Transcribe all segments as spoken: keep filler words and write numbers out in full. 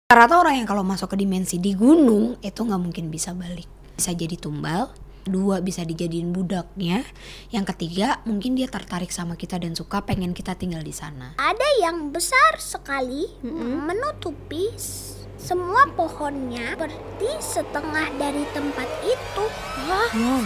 Rata orang yang kalau masuk ke dimensi di gunung itu nggak mungkin bisa balik, bisa jadi tumbal. Dua, bisa dijadiin budaknya. Yang ketiga, mungkin dia tertarik sama kita dan suka pengen kita tinggal di sana. Ada yang besar sekali, mm-hmm. menutupi semua pohonnya seperti setengah dari tempat itu. Wah. Wow.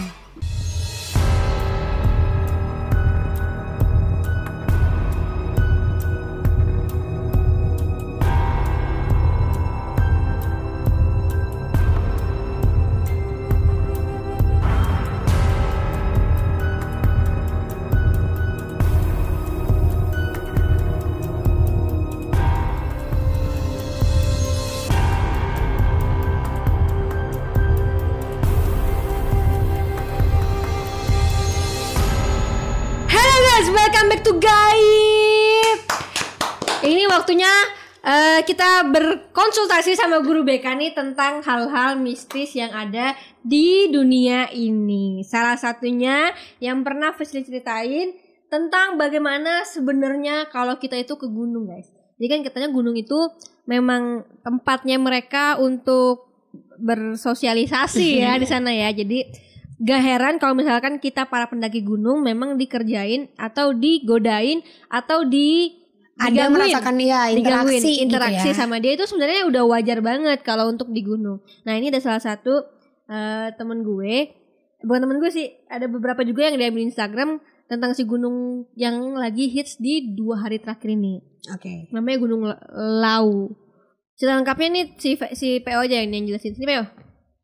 Welcome back to Gaib. Ini waktunya uh, kita berkonsultasi sama guru B K nih tentang hal-hal mistis yang ada di dunia ini. Salah satunya yang pernah Fisli ceritain tentang bagaimana sebenarnya kalau kita itu ke gunung, guys. Jadi kan katanya gunung itu memang tempatnya mereka untuk bersosialisasi ya di sana ya. Jadi gak heran kalau misalkan kita para pendaki gunung memang dikerjain atau digodain atau di ada merasakan ya interaksi interaksi gitu ya. Sama dia itu sebenarnya udah wajar banget kalau untuk di gunung. Nah ini ada salah satu uh, temen gue, bukan temen gue sih, ada beberapa juga yang diambil Instagram tentang si gunung yang lagi hits di dua hari terakhir ini. Oke. Okay. Namanya Gunung Lawu. Cerita lengkapnya nih si si P O aja yang jelasin. Sini P O.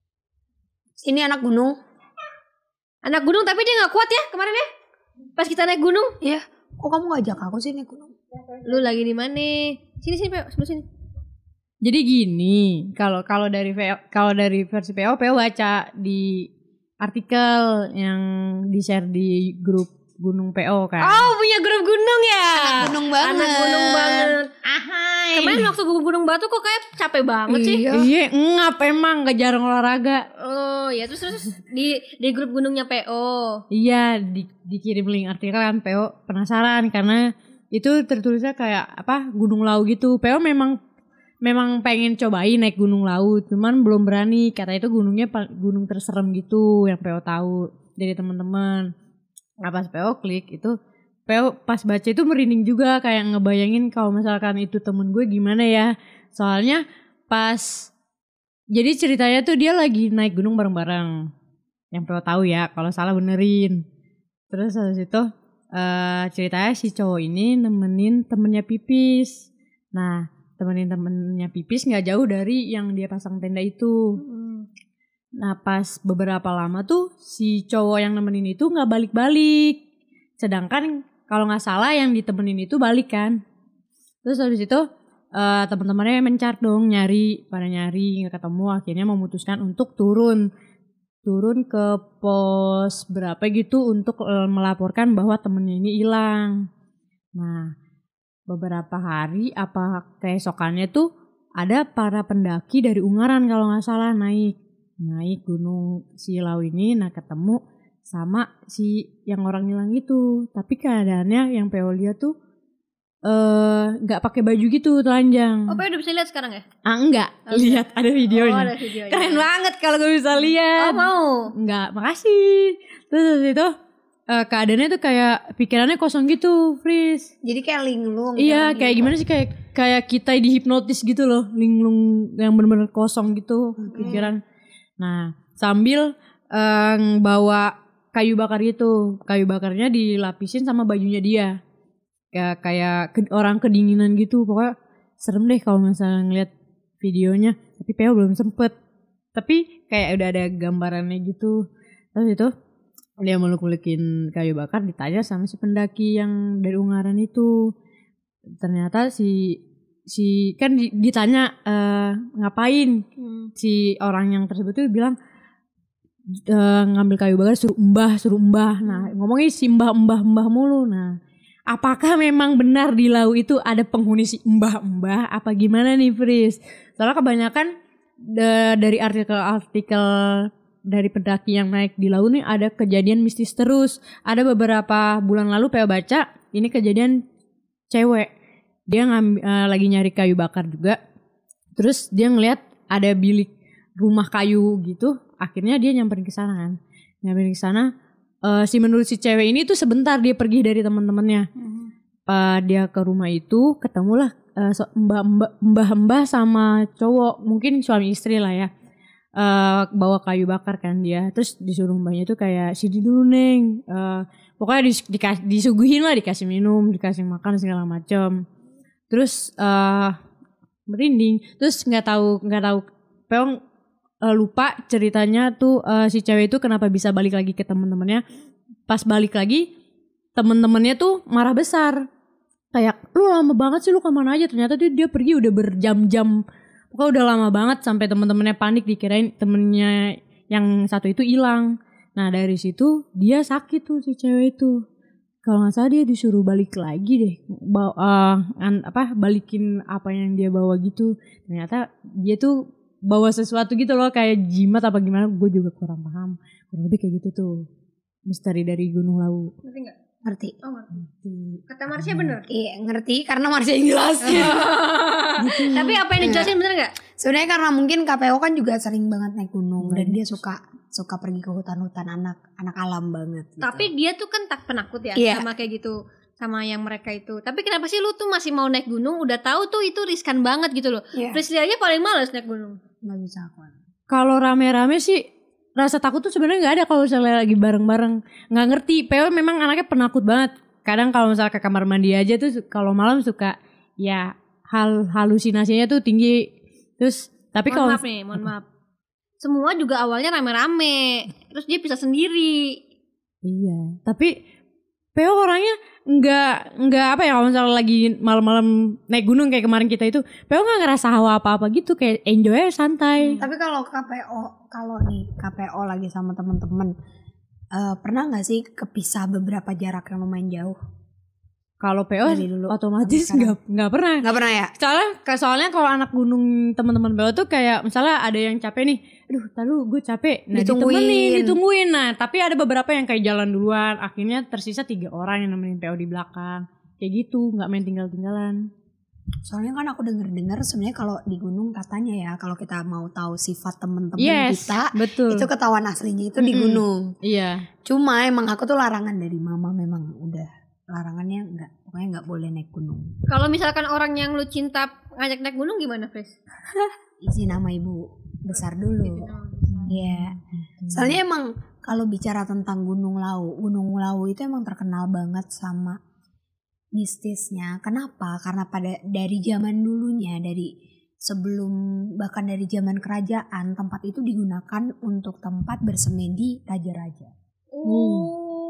Ini anak gunung. Anak gunung tapi dia gak kuat ya kemarin ya. Pas kita naik gunung. Iya. Kok kamu ngajak aku sih naik gunung? Lu lagi di mana? Sini sini P O, sebelah sini. Jadi gini, kalau kalau dari kalau dari versi P O, P O baca di artikel yang di-share di grup Gunung P O kan. Oh, punya grup gunung ya? Anak gunung banget. Anak gunung banget. Ahai. Kemarin waktu gue Gunung Batu kok kayak capek banget sih. Iya, iya ngap emang gak jarang olahraga. Oh, ya terus terus di di grup gunungnya P O. Iya, di, dikirim link artikel kan P O penasaran karena itu tertulisnya kayak apa? Gunung Lawu gitu. P O memang memang pengen cobain naik Gunung Lawu, cuman belum berani. Kata itu gunungnya gunung terserem gitu yang P O tahu dari teman-teman. Nah pas P O klik itu P O pas baca itu merinding juga, kayak ngebayangin kalau misalkan itu temen gue gimana ya. Soalnya pas jadi ceritanya tuh dia lagi naik gunung bareng-bareng. Yang P O tahu ya, kalau salah benerin. Terus habis itu uh, ceritanya si cowok ini nemenin temennya pipis. Nah temenin temennya pipis gak jauh dari yang dia pasang tenda itu. Hmm. Nah pas beberapa lama tuh si cowok yang nemenin itu gak balik-balik. Sedangkan kalau gak salah yang ditemenin itu balik kan. Terus habis itu uh, teman-temannya mencar dong, nyari, pada nyari gak ketemu. Akhirnya memutuskan untuk turun. Turun ke pos berapa gitu untuk uh, melaporkan bahwa temennya ini hilang. Nah beberapa hari apa keesokannya tuh ada para pendaki dari Ungaran kalau gak salah naik. Naik gunung si Lawu ini, nah ketemu sama si yang orang hilang itu. Tapi keadaannya yang P O lihat tuh eh uh, nggak pakai baju gitu, telanjang. Oh, P O udah bisa lihat sekarang ya? Ah enggak, oh, lihat ada videonya. Oh, ada videonya. Keren banget kalau gue bisa lihat. Oh mau? Enggak, makasih. Terus itu uh, keadaannya tuh kayak pikirannya kosong gitu, Fris. Jadi kayak linglung. Iya, kayak gimana sih kayak kayak kita dihipnotis gitu loh, linglung yang benar-benar kosong gitu hmm. pikiran. Nah, sambil uh, bawa kayu bakar gitu. Kayu bakarnya dilapisin sama bajunya dia. Kayak kayak ke, orang kedinginan gitu. Pokoknya serem deh kalau misalnya ngeliat videonya. Tapi P O belum sempet. Tapi kayak udah ada gambarannya gitu. Terus itu dia meluk-lukin kayu bakar, ditanya sama si pendaki yang dari Ungaran itu. Ternyata si si kan ditanya uh, ngapain hmm. si orang yang tersebut tuh bilang uh, ngambil kayu bakar suruh mbah suruh mbah. Nah ngomongin si mbah mbah mbah mulu. Nah apakah memang benar di Lawu itu ada penghuni si mbah mbah apa gimana nih Fris? Soalnya kebanyakan de, dari artikel-artikel dari pendaki yang naik di Lawu nih ada kejadian mistis terus. Ada beberapa bulan lalu P O baca ini kejadian cewek. Dia ngambil, uh, lagi nyari kayu bakar juga. Terus dia ngeliat ada bilik rumah kayu gitu, akhirnya dia nyamperin ke sana kan. Nyamperin ke sana, uh, si menurut si cewek ini tuh sebentar dia pergi dari teman-temannya. Hmm. Uh, dia ke rumah itu, ketemulah uh, so, mbah-mbah, mbah-mbah sama cowok, mungkin suami istri lah ya. Uh, bawa kayu bakar kan dia, terus disuruh mbahnya tuh kayak sini dulu neng, uh, pokoknya dis, dikas, disuguhin lah, dikasih minum, dikasih makan segala macam. Terus uh, merinding, terus nggak tahu nggak tahu Peong uh, lupa ceritanya tuh uh, si cewek itu kenapa bisa balik lagi ke teman-temannya. Pas balik lagi teman-temannya tuh marah besar, kayak lu lama banget sih, lu kemana aja. Ternyata dia dia pergi udah berjam-jam, pokoknya udah lama banget, sampai teman-temannya panik dikirain temennya yang satu itu hilang. Nah dari situ dia sakit tuh si cewek itu. Kalau nggak salah dia disuruh balik lagi deh, bawa uh, an, apa balikin apa yang dia bawa gitu. Ternyata dia tuh bawa sesuatu gitu loh, kayak jimat apa gimana, gue juga kurang paham. Kurang lebih kayak gitu tuh, misteri dari Gunung Lawu. Ngerti nggak? Ngerti. Oh ngerti. Kata Marsha bener? Iya ngerti karena Marsha yang jelasin. Gitu. Tapi apa yang dijelasin bener nggak? Sebenarnya karena mungkin K P O kan juga sering banget naik gunung hmm. dan dia suka suka pergi ke hutan-hutan anak anak alam banget. Gitu. Tapi dia tuh kan tak penakut ya yeah. sama kayak gitu, sama yang mereka itu. Tapi kenapa sih lu tuh masih mau naik gunung? Udah tahu tuh itu riskan banget gitu loh. Yeah. Priscilla aja paling males naik gunung. Nggak bisa aku. Kalau rame-rame sih rasa takut tuh sebenarnya nggak ada kalau misalnya lagi bareng-bareng. Nggak ngerti. P O memang anaknya penakut banget. Kadang kalau misalnya ke kamar mandi aja tuh kalau malam suka ya hal halusinasinya tuh tinggi. Terus tapi kalau maaf nih, mohon maaf. Semua juga awalnya rame-rame, terus dia bisa sendiri. Iya, tapi P O orangnya nggak nggak apa ya, kalau misalnya lagi malam-malam naik gunung kayak kemarin kita itu, P O nggak ngerasa hawa apa-apa gitu, kayak enjoy santai. Hmm. Tapi kalau K P O, kalau nih K P O lagi sama temen-temen, uh, pernah nggak sih kepisah beberapa jarak yang lumayan jauh? Kalau P O dulu, otomatis nggak nggak pernah. Nggak pernah ya? Soalnya soalnya kalau anak gunung teman-teman P O tuh kayak misalnya ada yang capek nih, aduh tahu gue capek, nah ditungguin. ditemenin, ditungguin. Nah tapi ada beberapa yang kayak jalan duluan, akhirnya tersisa tiga orang yang nemenin P O di belakang, kayak gitu, nggak main tinggal-tinggalan. Soalnya kan aku denger-dengar sebenarnya kalau di gunung katanya ya, kalau kita mau tahu sifat temen-temen yes, kita, betul. Itu ketahuan aslinya itu mm-hmm. di gunung. Iya. Cuma emang aku tuh larangan dari mama, memang udah larangannya enggak, pokoknya enggak boleh naik gunung. Kalau misalkan orang yang lu cinta ngajak naik gunung gimana, Fris? Izin nama ibu besar dulu. Iya. Hmm. Soalnya emang kalau bicara tentang Gunung Lawu, Gunung Lawu itu emang terkenal banget sama mistisnya. Kenapa? Karena pada dari zaman dulunya, dari sebelum bahkan dari zaman kerajaan, tempat itu digunakan untuk tempat bersemedi raja-raja. Oh. Hmm.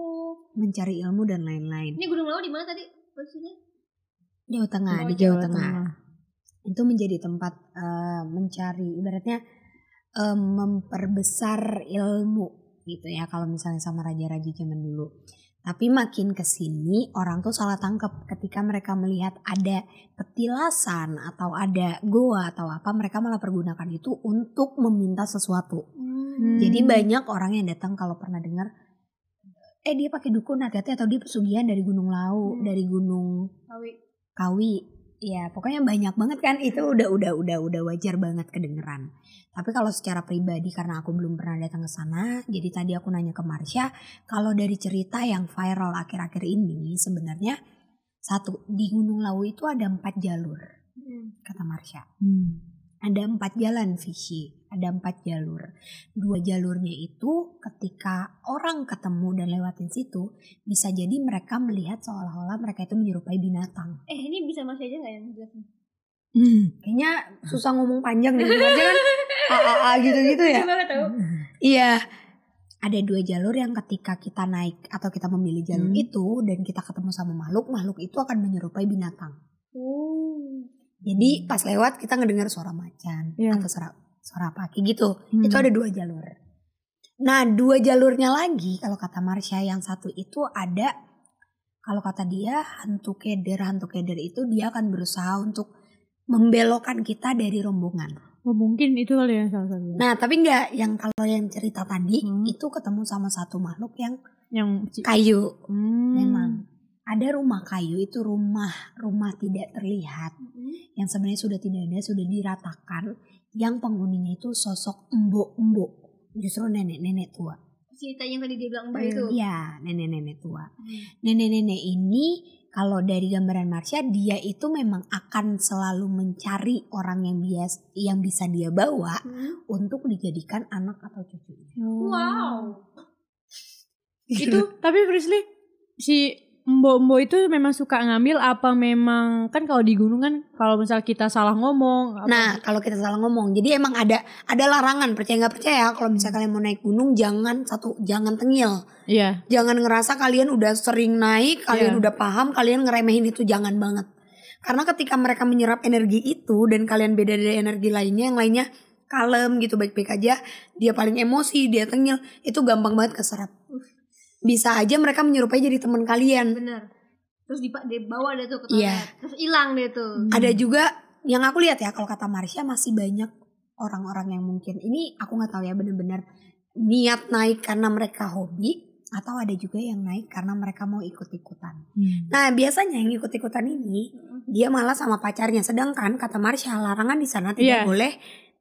Mencari ilmu dan lain-lain. Ini Gunung Lawu di mana tadi posisinya? Jawa Tengah, oh, di Jawa, Jawa Tengah. Tengah. Itu menjadi tempat uh, mencari, ibaratnya uh, memperbesar ilmu gitu ya, kalau misalnya sama raja-raja zaman dulu. Tapi makin kesini orang tuh salah tangkap ketika mereka melihat ada petilasan atau ada goa atau apa, mereka malah pergunakan itu untuk meminta sesuatu. Hmm. Jadi banyak orang yang datang, kalau pernah dengar, eh dia pakai dukun hati-hati atau dia pesugihan dari Gunung Lawu, hmm. dari Gunung Kawi. Kawi. Ya, pokoknya banyak banget kan, itu udah udah udah udah wajar banget kedengeran. Tapi kalau secara pribadi karena aku belum pernah datang ke sana, jadi tadi aku nanya ke Marsha, kalau dari cerita yang viral akhir-akhir ini sebenarnya satu, di Gunung Lawu itu ada empat jalur. Hmm. Kata Marsha. Hmm. Ada empat jalan Vicky, ada empat jalur. Dua jalurnya itu ketika orang ketemu dan lewatin situ, bisa jadi mereka melihat seolah-olah mereka itu menyerupai binatang. Eh ini bisa masih aja gak yang jelasin? Hmm. Kayaknya susah ngomong panjang nih, aja kan a a a gitu-gitu ya. Iya. Ada dua jalur yang ketika kita naik atau kita memilih jalur hmm. itu dan kita ketemu sama makhluk, makhluk itu akan menyerupai binatang. Oh. Jadi pas lewat kita ngedengar suara macan yeah. atau suara suara apa kayak gitu. Hmm. Itu ada dua jalur. Nah dua jalurnya lagi kalau kata Marsha, yang satu itu ada, kalau kata dia hantu keder. Hantu keder itu dia akan berusaha untuk membelokkan kita dari rombongan. Oh mungkin itu kali ya salah satu. Nah tapi enggak, yang kalau yang cerita tadi hmm. itu ketemu sama satu makhluk yang yang kayu. Hmm. Memang ada rumah kayu itu rumah rumah tidak terlihat Mm-mm. yang sebenarnya sudah tidak ada, sudah diratakan, yang penghuninya itu sosok embok-embok, justru nenek-nenek tua. Cerita yang tadi dia bilang Mbak itu. Iya, nenek-nenek tua. Hmm. Nenek-nenek ini kalau dari gambaran Marsha, dia itu memang akan selalu mencari orang yang bias yang bisa dia bawa Hmm. untuk dijadikan anak atau cucunya. Wow. Itu tapi Frisly, si Mbo-mbo itu memang suka ngambil apa memang kan kalau di gunung kan kalau misal kita salah ngomong apa- Nah, kalau kita salah ngomong, jadi emang ada ada larangan, percaya nggak percaya, kalau misalnya kalian mau naik gunung jangan satu jangan tengil, Iya. jangan ngerasa kalian udah sering naik, kalian Iya. udah paham, kalian ngeremehin itu, jangan banget. Karena ketika mereka menyerap energi itu dan kalian beda dari energi lainnya, yang lainnya kalem gitu baik-baik aja, dia paling emosi, dia tengil, itu gampang banget keserap. Bisa aja mereka menyerupai jadi teman kalian. Bener. Terus dipa- dibawa deh tuh ke Iya. toilet. Terus hilang deh tuh. Ada juga yang aku lihat ya, kalau kata Marsha masih banyak orang-orang yang mungkin ini aku nggak tahu ya benar-benar niat naik karena mereka hobi, atau ada juga yang naik karena mereka mau ikut-ikutan. Hmm. Nah biasanya yang ikut-ikutan ini dia malah sama pacarnya, sedangkan kata Marsha larangan di sana tidak Iya. boleh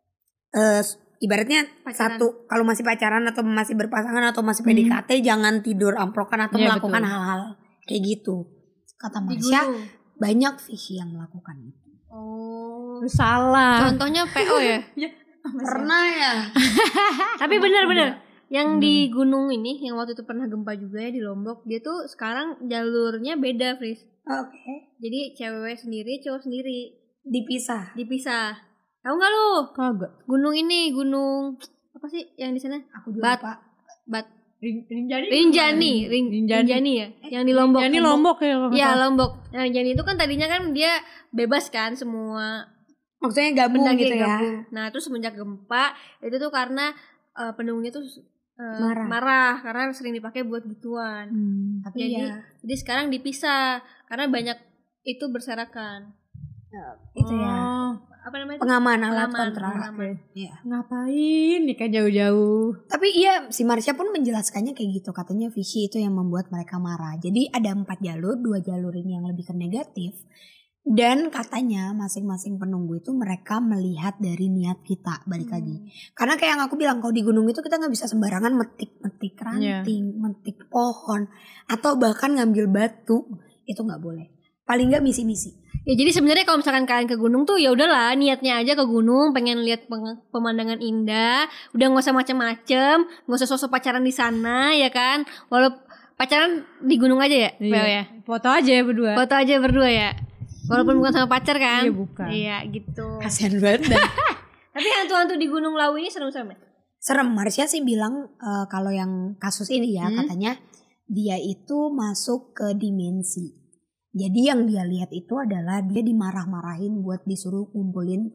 eh, ibaratnya Pacaran. satu kalau masih pacaran atau masih berpasangan atau masih P D K T jangan tidur amplokan atau Iya, melakukan betul. hal-hal kayak gitu. Kata Di Marsha gunung. banyak visi yang melakukan itu. Oh. Salah. Contohnya P O ya. Pernah ya? Tapi benar-benar yang di gunung ini yang waktu itu pernah gempa juga ya di Lombok, dia tuh sekarang jalurnya beda, Fris. Oke. Jadi cewek sendiri, cowok sendiri Dipisah. dipisah. Tahu nggak lu? Kagak. Gunung ini, gunung apa sih yang di sana? Aku juga Bat. lupa. Bat Rin- Rinjani. Rinjani, Rin, Rinjani. Rinjani ya, yang di Lombok. Rinjani Lombok ya kalau nggak Ya salah. Lombok. Nah, Rinjani itu kan tadinya kan dia bebas kan semua Maksudnya gabung pendaki gitu ya. gabung. Nah, terus semenjak gempa itu tuh karena eh, penduduknya tuh eh, Marah. marah karena sering dipakai buat gituan. Hmm. Tapi Jadi ya jadi sekarang dipisah karena banyak itu berserakan. itu ya. Oh, Apa namanya? Pengaman alat Pengaman, kontra. pengaman. Iya. ngapain nikah jauh-jauh? Tapi iya si Marsha pun menjelaskannya kayak gitu. Katanya visi itu yang membuat mereka marah. Jadi ada empat jalur, dua jalur ini yang lebih ke negatif. Dan katanya masing-masing penunggu itu mereka melihat dari niat kita, balik lagi. Karena kayak yang aku bilang, kalau di gunung itu kita nggak bisa sembarangan metik-metik ranting, metik pohon, atau bahkan ngambil batu, itu nggak boleh. Paling nggak misi-misi. Ya jadi sebenarnya kalau misalkan kalian ke gunung tuh ya udahlah niatnya aja ke gunung, pengen lihat peng- pemandangan indah, udah nggak usah macem-macem, nggak usah sosok pacaran di sana ya kan. Walau pacaran di gunung aja ya, Bel ya. Foto aja ya berdua. Foto aja berdua ya. Walaupun bukan sama pacar kan. Iya, bukan. Iya gitu. Kasian banget. dah. Tapi hantu-hantu di Gunung Lawu ini serem-serem ya? Serem. Marsha sih bilang eh, kalau yang kasus ini ya Hmm. katanya dia itu masuk ke dimensi. Jadi yang dia lihat itu adalah dia dimarah-marahin buat disuruh ngumpulin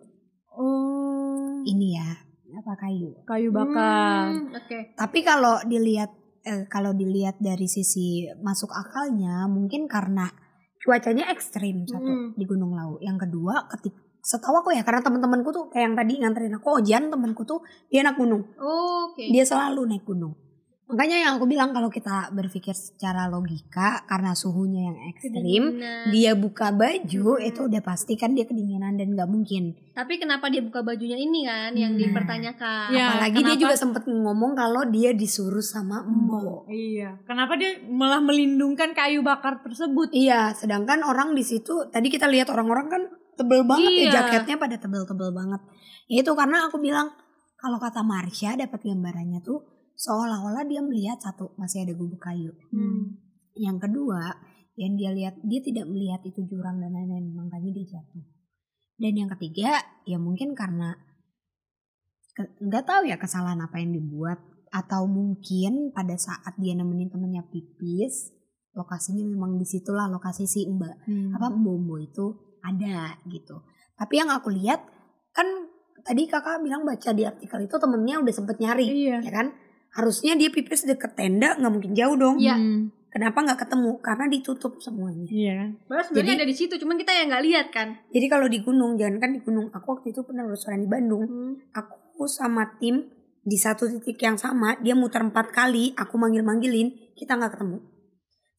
Oh, ini ya apa kayu. kayu bakar. Hmm, Oke. Tapi kalau dilihat eh, kalau dilihat dari sisi masuk akalnya mungkin karena cuacanya ekstrim satu Hmm. di Gunung Lawu. Yang kedua ketik setahu aku ya karena teman-temanku tuh kayak yang tadi nganterin aku Ojan, temanku tuh dia anak gunung. Oke. Dia selalu naik gunung. Makanya yang aku bilang kalau kita berpikir secara logika karena suhunya yang ekstrim, Kedinginan. dia buka baju Hmm. itu udah pasti kan dia kedinginan dan nggak mungkin. Tapi kenapa dia buka bajunya ini kan yang Nah. dipertanyakan? Ya, Apalagi dia kenapa? juga sempet ngomong kalau dia disuruh sama Embo. Iya. Kenapa dia malah melindungkan kayu bakar tersebut? Iya, sedangkan orang di situ tadi kita lihat orang-orang kan tebel banget Iya. ya jaketnya pada tebel-tebel banget. Ya itu karena aku bilang kalau kata Marsha dapat gambarannya tuh seolah-olah dia melihat satu masih ada gubuk kayu. Hmm. Yang kedua yang dia lihat dia tidak melihat itu jurang dan lain-lain makanya dia jatuh. Dan yang ketiga ya mungkin karena ke- nggak tahu ya kesalahan apa yang dibuat atau mungkin pada saat dia nemenin temennya pipis lokasinya memang disitulah lokasi si mbak Hmm. apa mbombo itu ada gitu. Tapi yang aku lihat kan tadi kakak bilang baca di artikel itu temennya udah sempet nyari, Iya. ya kan? Harusnya dia pipis deket tenda nggak mungkin jauh dong. Iya. Hmm. Kenapa nggak ketemu? Karena ditutup semuanya. Iya kan? Padahal sebenarnya Jadi- ada di situ, cuman kita yang nggak lihat kan. Jadi kalau di gunung, jangan kan di gunung. Aku waktu itu pernah lulusan di Bandung. Hmm. Aku sama tim di satu titik yang sama, dia muter empat kali. Aku manggil-manggilin, kita nggak ketemu.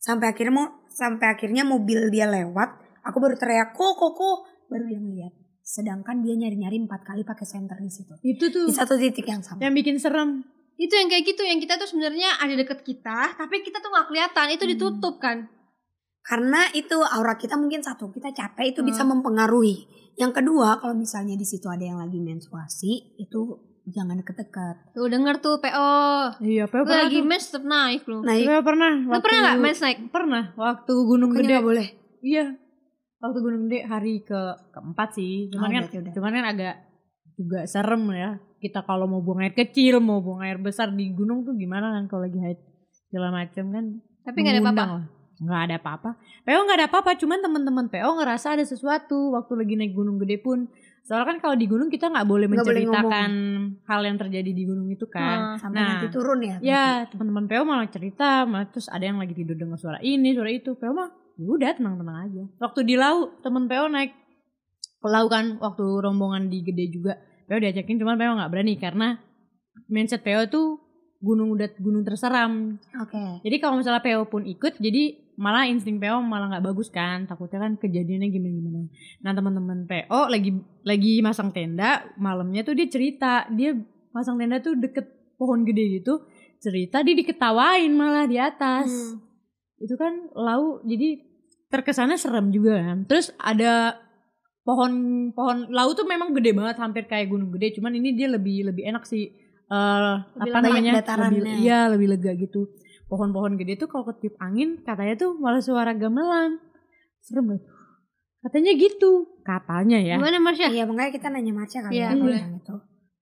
Sampai akhirnya mau sampai akhirnya mobil dia lewat, aku baru teriak kok kok kok, baru dia ngeliat. Sedangkan dia nyari-nyari empat kali pakai senter di situ. Itu tuh Di satu titik yang sama. yang bikin serem. Itu yang kayak gitu, yang kita tuh sebenarnya ada deket kita, tapi kita tuh nggak kelihatan, itu ditutup kan. Karena itu aura kita mungkin satu, kita capek itu bisa mempengaruhi. Yang kedua, kalau misalnya di situ ada yang lagi menstruasi, itu jangan deket-deket. Tuh denger tuh P O. Iya, Peo Lu pernah lagi tuh. mens tetep naik lu. Naik. Peo pernah. Lu pernah nggak mens naik? Pernah. Waktu Gunung Bukannya Gede. nggak boleh. Iya. Waktu Gunung Gede hari ke keempat sih. Cuman Oh, kan, berarti udah. cuman kan agak juga serem ya. Kita kalau mau buang air kecil, mau buang air besar di gunung tuh gimana kan kalau lagi haid segala macam kan. Tapi nggak ada apa-apa. mengundang lah. Nggak ada apa-apa. Peo nggak ada apa-apa. Cuman teman-teman Peo ngerasa ada sesuatu waktu lagi naik Gunung Gede pun. Soalnya kan kalau di gunung kita nggak boleh Nggak boleh menceritakan hal yang terjadi di gunung itu kan. Hmm, Sampai Nah, nanti turun ya. ya teman-teman Peo malah cerita, malah terus ada yang lagi tidur dengar suara ini, suara itu. Peo mah ya udah tenang-tenang aja. Waktu di laut teman Peo naik ke laut kan, waktu rombongan di Gede juga. Peo diajakin cuman Peo nggak berani karena mindset Peo tuh gunung udah gunung terseram. Oke. Jadi kalau misalnya Peo pun ikut, jadi malah insting Peo malah nggak bagus kan, takutnya kan kejadiannya gimana-gimana. Nah teman-teman Peo lagi lagi masang tenda, malamnya tuh dia cerita, dia masang tenda tuh deket pohon gede gitu, cerita dia diketawain malah di atas. Hmm. Itu kan laut, jadi terkesannya serem juga kan. Terus ada pohon pohon laut tuh memang gede banget, hampir kayak gunung gede, cuman ini dia lebih lebih enak sih. Uh, Lebih apa banyak namanya datarannya. lebih iya lebih lega gitu. Pohon-pohon gede tuh kalau ketiup angin katanya tuh malah suara gamelan. Serem gak tuh? Katanya gitu, katanya ya. Gimana Marsha? Iya, makanya kita nanya Marsha kali Iya, ya kalau boleh. yang itu.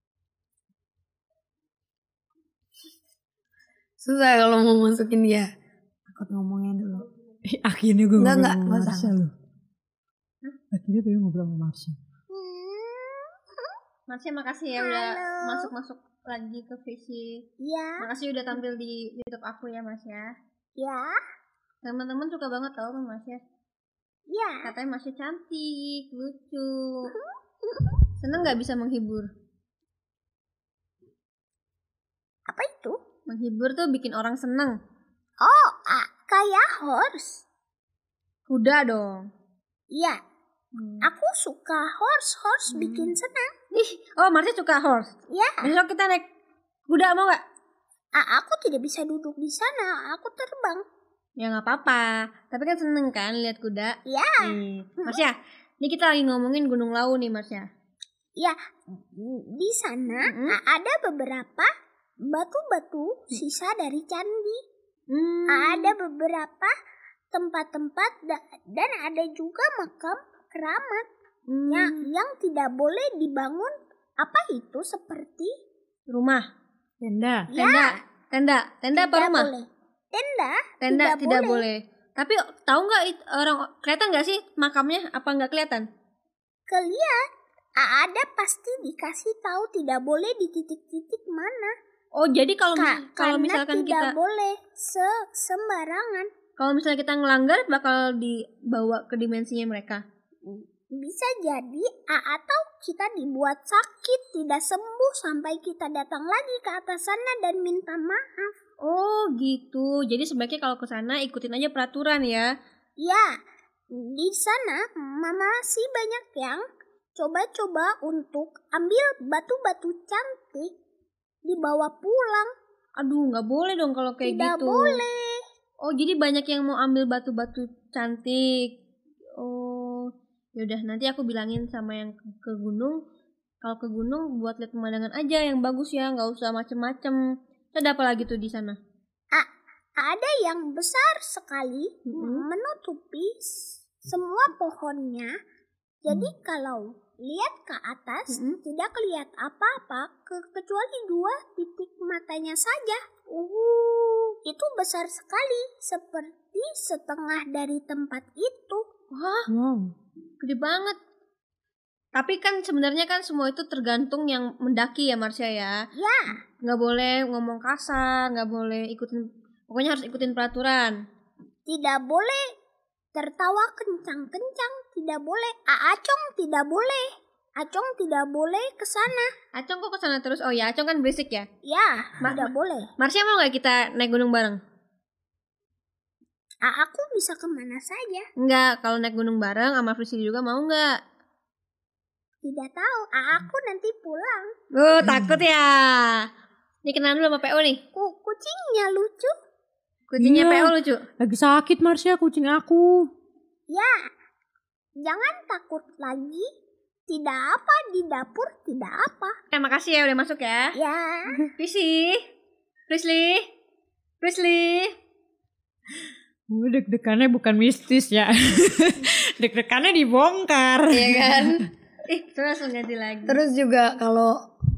Susah kalau mau masukin dia. Takut ngomongnya dulu. Eh, akhirnya gue Enggak, ngobrol enggak, sama enggak Marsha usah. loh. Akhirnya gue ngobrol sama Marsha. Marsha makasih ya udah Halo. masuk-masuk lagi ke visi. Ya, Makasih udah tampil di YouTube aku ya Marsha. ya, Teman-teman suka banget tau sama Marsha. ya. Katanya Marsha cantik, lucu. Seneng nggak bisa menghibur? Apa itu? Menghibur tuh bikin orang seneng. Oh, ah, kayak horse. Kuda dong. Iya, Hmm. aku suka horse. Horse bikin senang. Ih, oh Marsha suka horse. Ya, Besok kita naik kuda mau nggak? ah, aku tidak bisa duduk di sana. Aku terbang. Ya nggak apa-apa. Tapi kan seneng kan lihat kuda. Ya, Hmm. Marsha, ini kita lagi ngomongin Gunung Lawu nih Marsha. ya. Di sana Mm-mm. ah, ada beberapa batu-batu sisa dari candi. Hmm. Ada beberapa tempat-tempat da- dan ada juga makam keramat Hmm. yang, yang tidak boleh dibangun. Apa itu seperti Rumah, Tenda. ya, tenda, tenda, tenda apa tidak rumah? boleh. Tenda Tenda tidak, tidak, boleh. boleh. Tapi tahu nggak it- orang kelihatan nggak sih makamnya? Apa nggak kelihatan? Kelihat a- ada pasti dikasih tahu tidak boleh di titik-titik mana. Oh jadi kalau Ka- mis- kalau karena misalkan tidak kita boleh se- sembarangan. kalau misalnya kita ngelanggar bakal dibawa ke dimensinya mereka. Bisa jadi a- atau kita dibuat sakit tidak sembuh sampai kita datang lagi ke atas sana dan minta maaf. Oh gitu. Jadi sebaiknya kalau ke sana ikutin aja peraturan ya. Ya, di sana ma- masih banyak yang coba-coba untuk ambil batu-batu cantik dibawa pulang. Aduh nggak boleh dong kalau kayak Tidak gitu. boleh. Oh jadi banyak yang mau ambil batu-batu cantik. Oh yaudah nanti aku bilangin sama yang ke, ke gunung. Kalau ke gunung buat lihat pemandangan aja yang bagus ya, nggak usah macem-macem. Ada apa lagi tuh di sana? Ada yang besar sekali Mm-mm. menutupi s- semua pohonnya. Jadi kalau lihat ke atas Mm-mm. tidak lihat apa-apa ke- kecuali dua titik matanya saja. Uh, itu besar sekali seperti setengah dari tempat itu. Wah Wow. gede banget. Tapi kan sebenarnya kan semua itu tergantung yang mendaki ya Marsha ya. Ya, Nggak boleh ngomong kasar, nggak boleh ikutin, pokoknya harus ikutin peraturan. tidak boleh tertawa kencang-kencang, tidak boleh. A- Acong tidak boleh. Acong tidak boleh ke sana. Acong kok kesana terus? Oh ya Acong kan berisik ya. Ya, Ma- tidak boleh. Marsha mau nggak kita naik gunung bareng? A aku bisa kemana saja. Enggak, kalau naik gunung bareng sama Frisly juga mau nggak? Tidak tahu, A aku nanti pulang. Oh, takut ya. Ini kenalan dulu sama P O nih. Ku kucingnya lucu. Kucingnya Iya. P O lucu. Lagi sakit Marsha kucing aku. Ya, jangan takut lagi. Tidak apa di dapur, tidak apa. Eh, makasih ya udah masuk ya. Ya, Frisly. Frisly. Frisly. Gue deg-degannya bukan mistis ya. Deg-degannya dibongkar. Iya kan? Ih, terus langsung ganti lagi. Terus juga kalau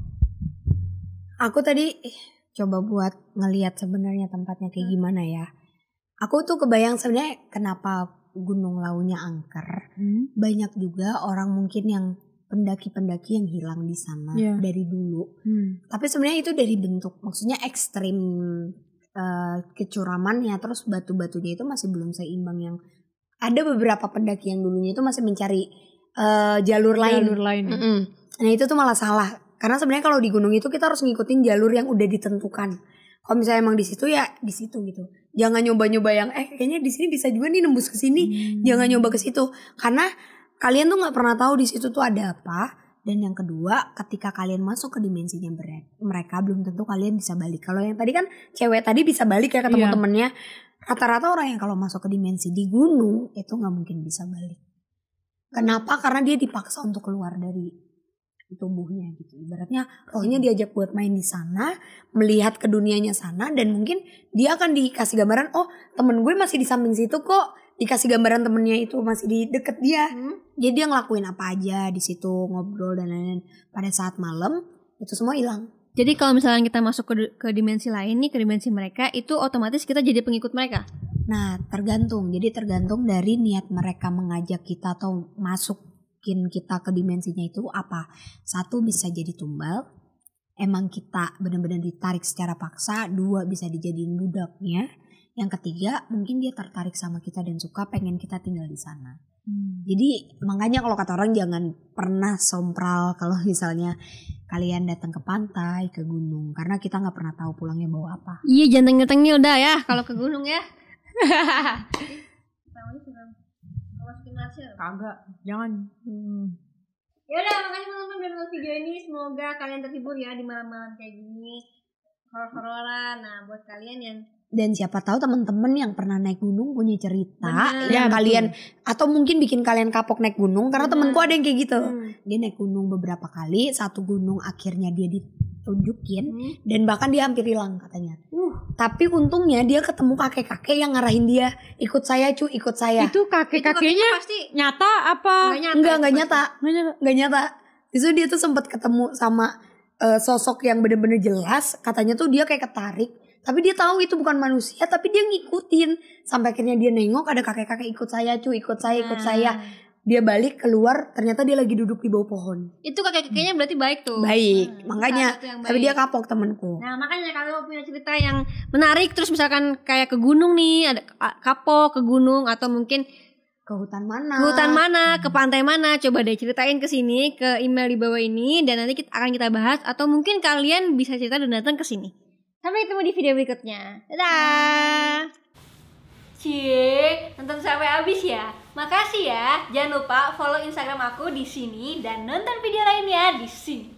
aku tadi eh, coba buat ngelihat sebenarnya tempatnya kayak gimana ya. Aku tuh kebayang sebenarnya kenapa Gunung Launya angker. Hmm? Banyak juga orang mungkin yang pendaki-pendaki yang hilang di sana Iya. dari dulu. Hmm. Tapi sebenarnya itu dari bentuk, maksudnya ekstrim uh, kecuramannya, terus batu-batunya itu masih belum seimbang yang ada beberapa pendaki yang dulunya itu masih mencari uh, jalur lain. Jalur lain. Mm-mm. Nah itu tuh malah salah. Karena sebenarnya kalau di gunung itu kita harus ngikutin jalur yang udah ditentukan. Kalau misalnya emang di situ ya di situ gitu. Jangan nyoba-nyoba yang eh kayaknya di sini bisa juga nih nembus ke sini. Hmm. Jangan nyoba ke situ. Karena kalian tuh nggak pernah tahu di situ tuh ada apa. Dan yang kedua, ketika kalian masuk ke dimensinya mereka, belum tentu kalian bisa balik. Kalau yang tadi kan cewek tadi bisa balik ya ketemu Iya. temennya. Rata-rata orang yang kalau masuk ke dimensi di gunung itu nggak mungkin bisa balik. Kenapa? Karena dia dipaksa untuk keluar dari tubuhnya gitu. Ibaratnya rohnya diajak buat main di sana, melihat ke dunianya sana, dan mungkin dia akan dikasih gambaran, oh temen gue masih di samping situ kok. Dikasih gambaran temennya itu masih di deket dia. Hmm? Jadi dia ngelakuin apa aja di situ, ngobrol dan lain-lain. Pada saat malam itu semua hilang. Jadi kalau misalnya kita masuk ke, ke dimensi lain nih, ke dimensi mereka, itu otomatis kita jadi pengikut mereka. Nah tergantung, jadi tergantung dari niat mereka mengajak kita atau masukin kita ke dimensinya itu apa. Satu bisa jadi tumbal, emang kita benar-benar ditarik secara paksa. Dua bisa dijadiin budaknya. Yang ketiga mungkin dia tertarik sama kita dan suka pengen kita tinggal di sana. Hmm. Jadi makanya kalau kata orang jangan pernah sompral kalau misalnya kalian datang ke pantai, ke gunung, karena kita nggak pernah tahu pulangnya bawa apa. Iya, jangan tengil-tengil dah ya kalau ke gunung ya. Kagak, jangan. Hmm. Ya udah, makanya teman-teman udah nonton video ini, semoga kalian terhibur ya di malam-malam kayak gini. Horor-hororan. Nah, buat kalian yang Dan siapa tahu teman-teman yang pernah naik gunung punya cerita Bener. yang Ya, kalian atau mungkin bikin kalian kapok naik gunung karena Bener. temanku ada yang kayak gitu. Hmm. Dia naik gunung beberapa kali, satu gunung akhirnya dia ditunjukin Hmm. dan bahkan dia hampir hilang katanya. Uh. Tapi untungnya dia ketemu kakek-kakek yang ngarahin dia, ikut saya cu, ikut saya. Itu Itu kakek-kakeknya pasti nyata apa? nggak nyata. Enggak, enggak itu nyata. Nggak nyata. Enggak nyata. Justru dia tuh sempat ketemu sama eh, sosok yang bener-bener jelas. Katanya tuh dia kayak ketarik. Tapi dia tahu itu bukan manusia, tapi dia ngikutin. Sampai akhirnya dia nengok ada kakek-kakek ikut saya cu, ikut saya, ikut Nah. saya. Dia balik keluar, ternyata dia lagi duduk di bawah pohon. Itu kakek-kakeknya berarti baik tuh. Baik, Nah, makanya. itu yang Tapi baik. dia kapok temanku. Nah, makanya kalau punya cerita yang menarik, terus misalkan kayak ke gunung nih, ada ka- kapok ke gunung, atau mungkin Ke hutan mana? ke hutan mana, ke pantai mana, coba deh ceritain ke sini, ke email di bawah ini, dan nanti kita, akan kita bahas, atau mungkin kalian bisa cerita dan datang ke sini. Sampai ketemu di video berikutnya. Dadah. Cie, nonton sampai habis ya. Makasih ya. Jangan lupa follow Instagram aku di sini dan nonton video lainnya di sini.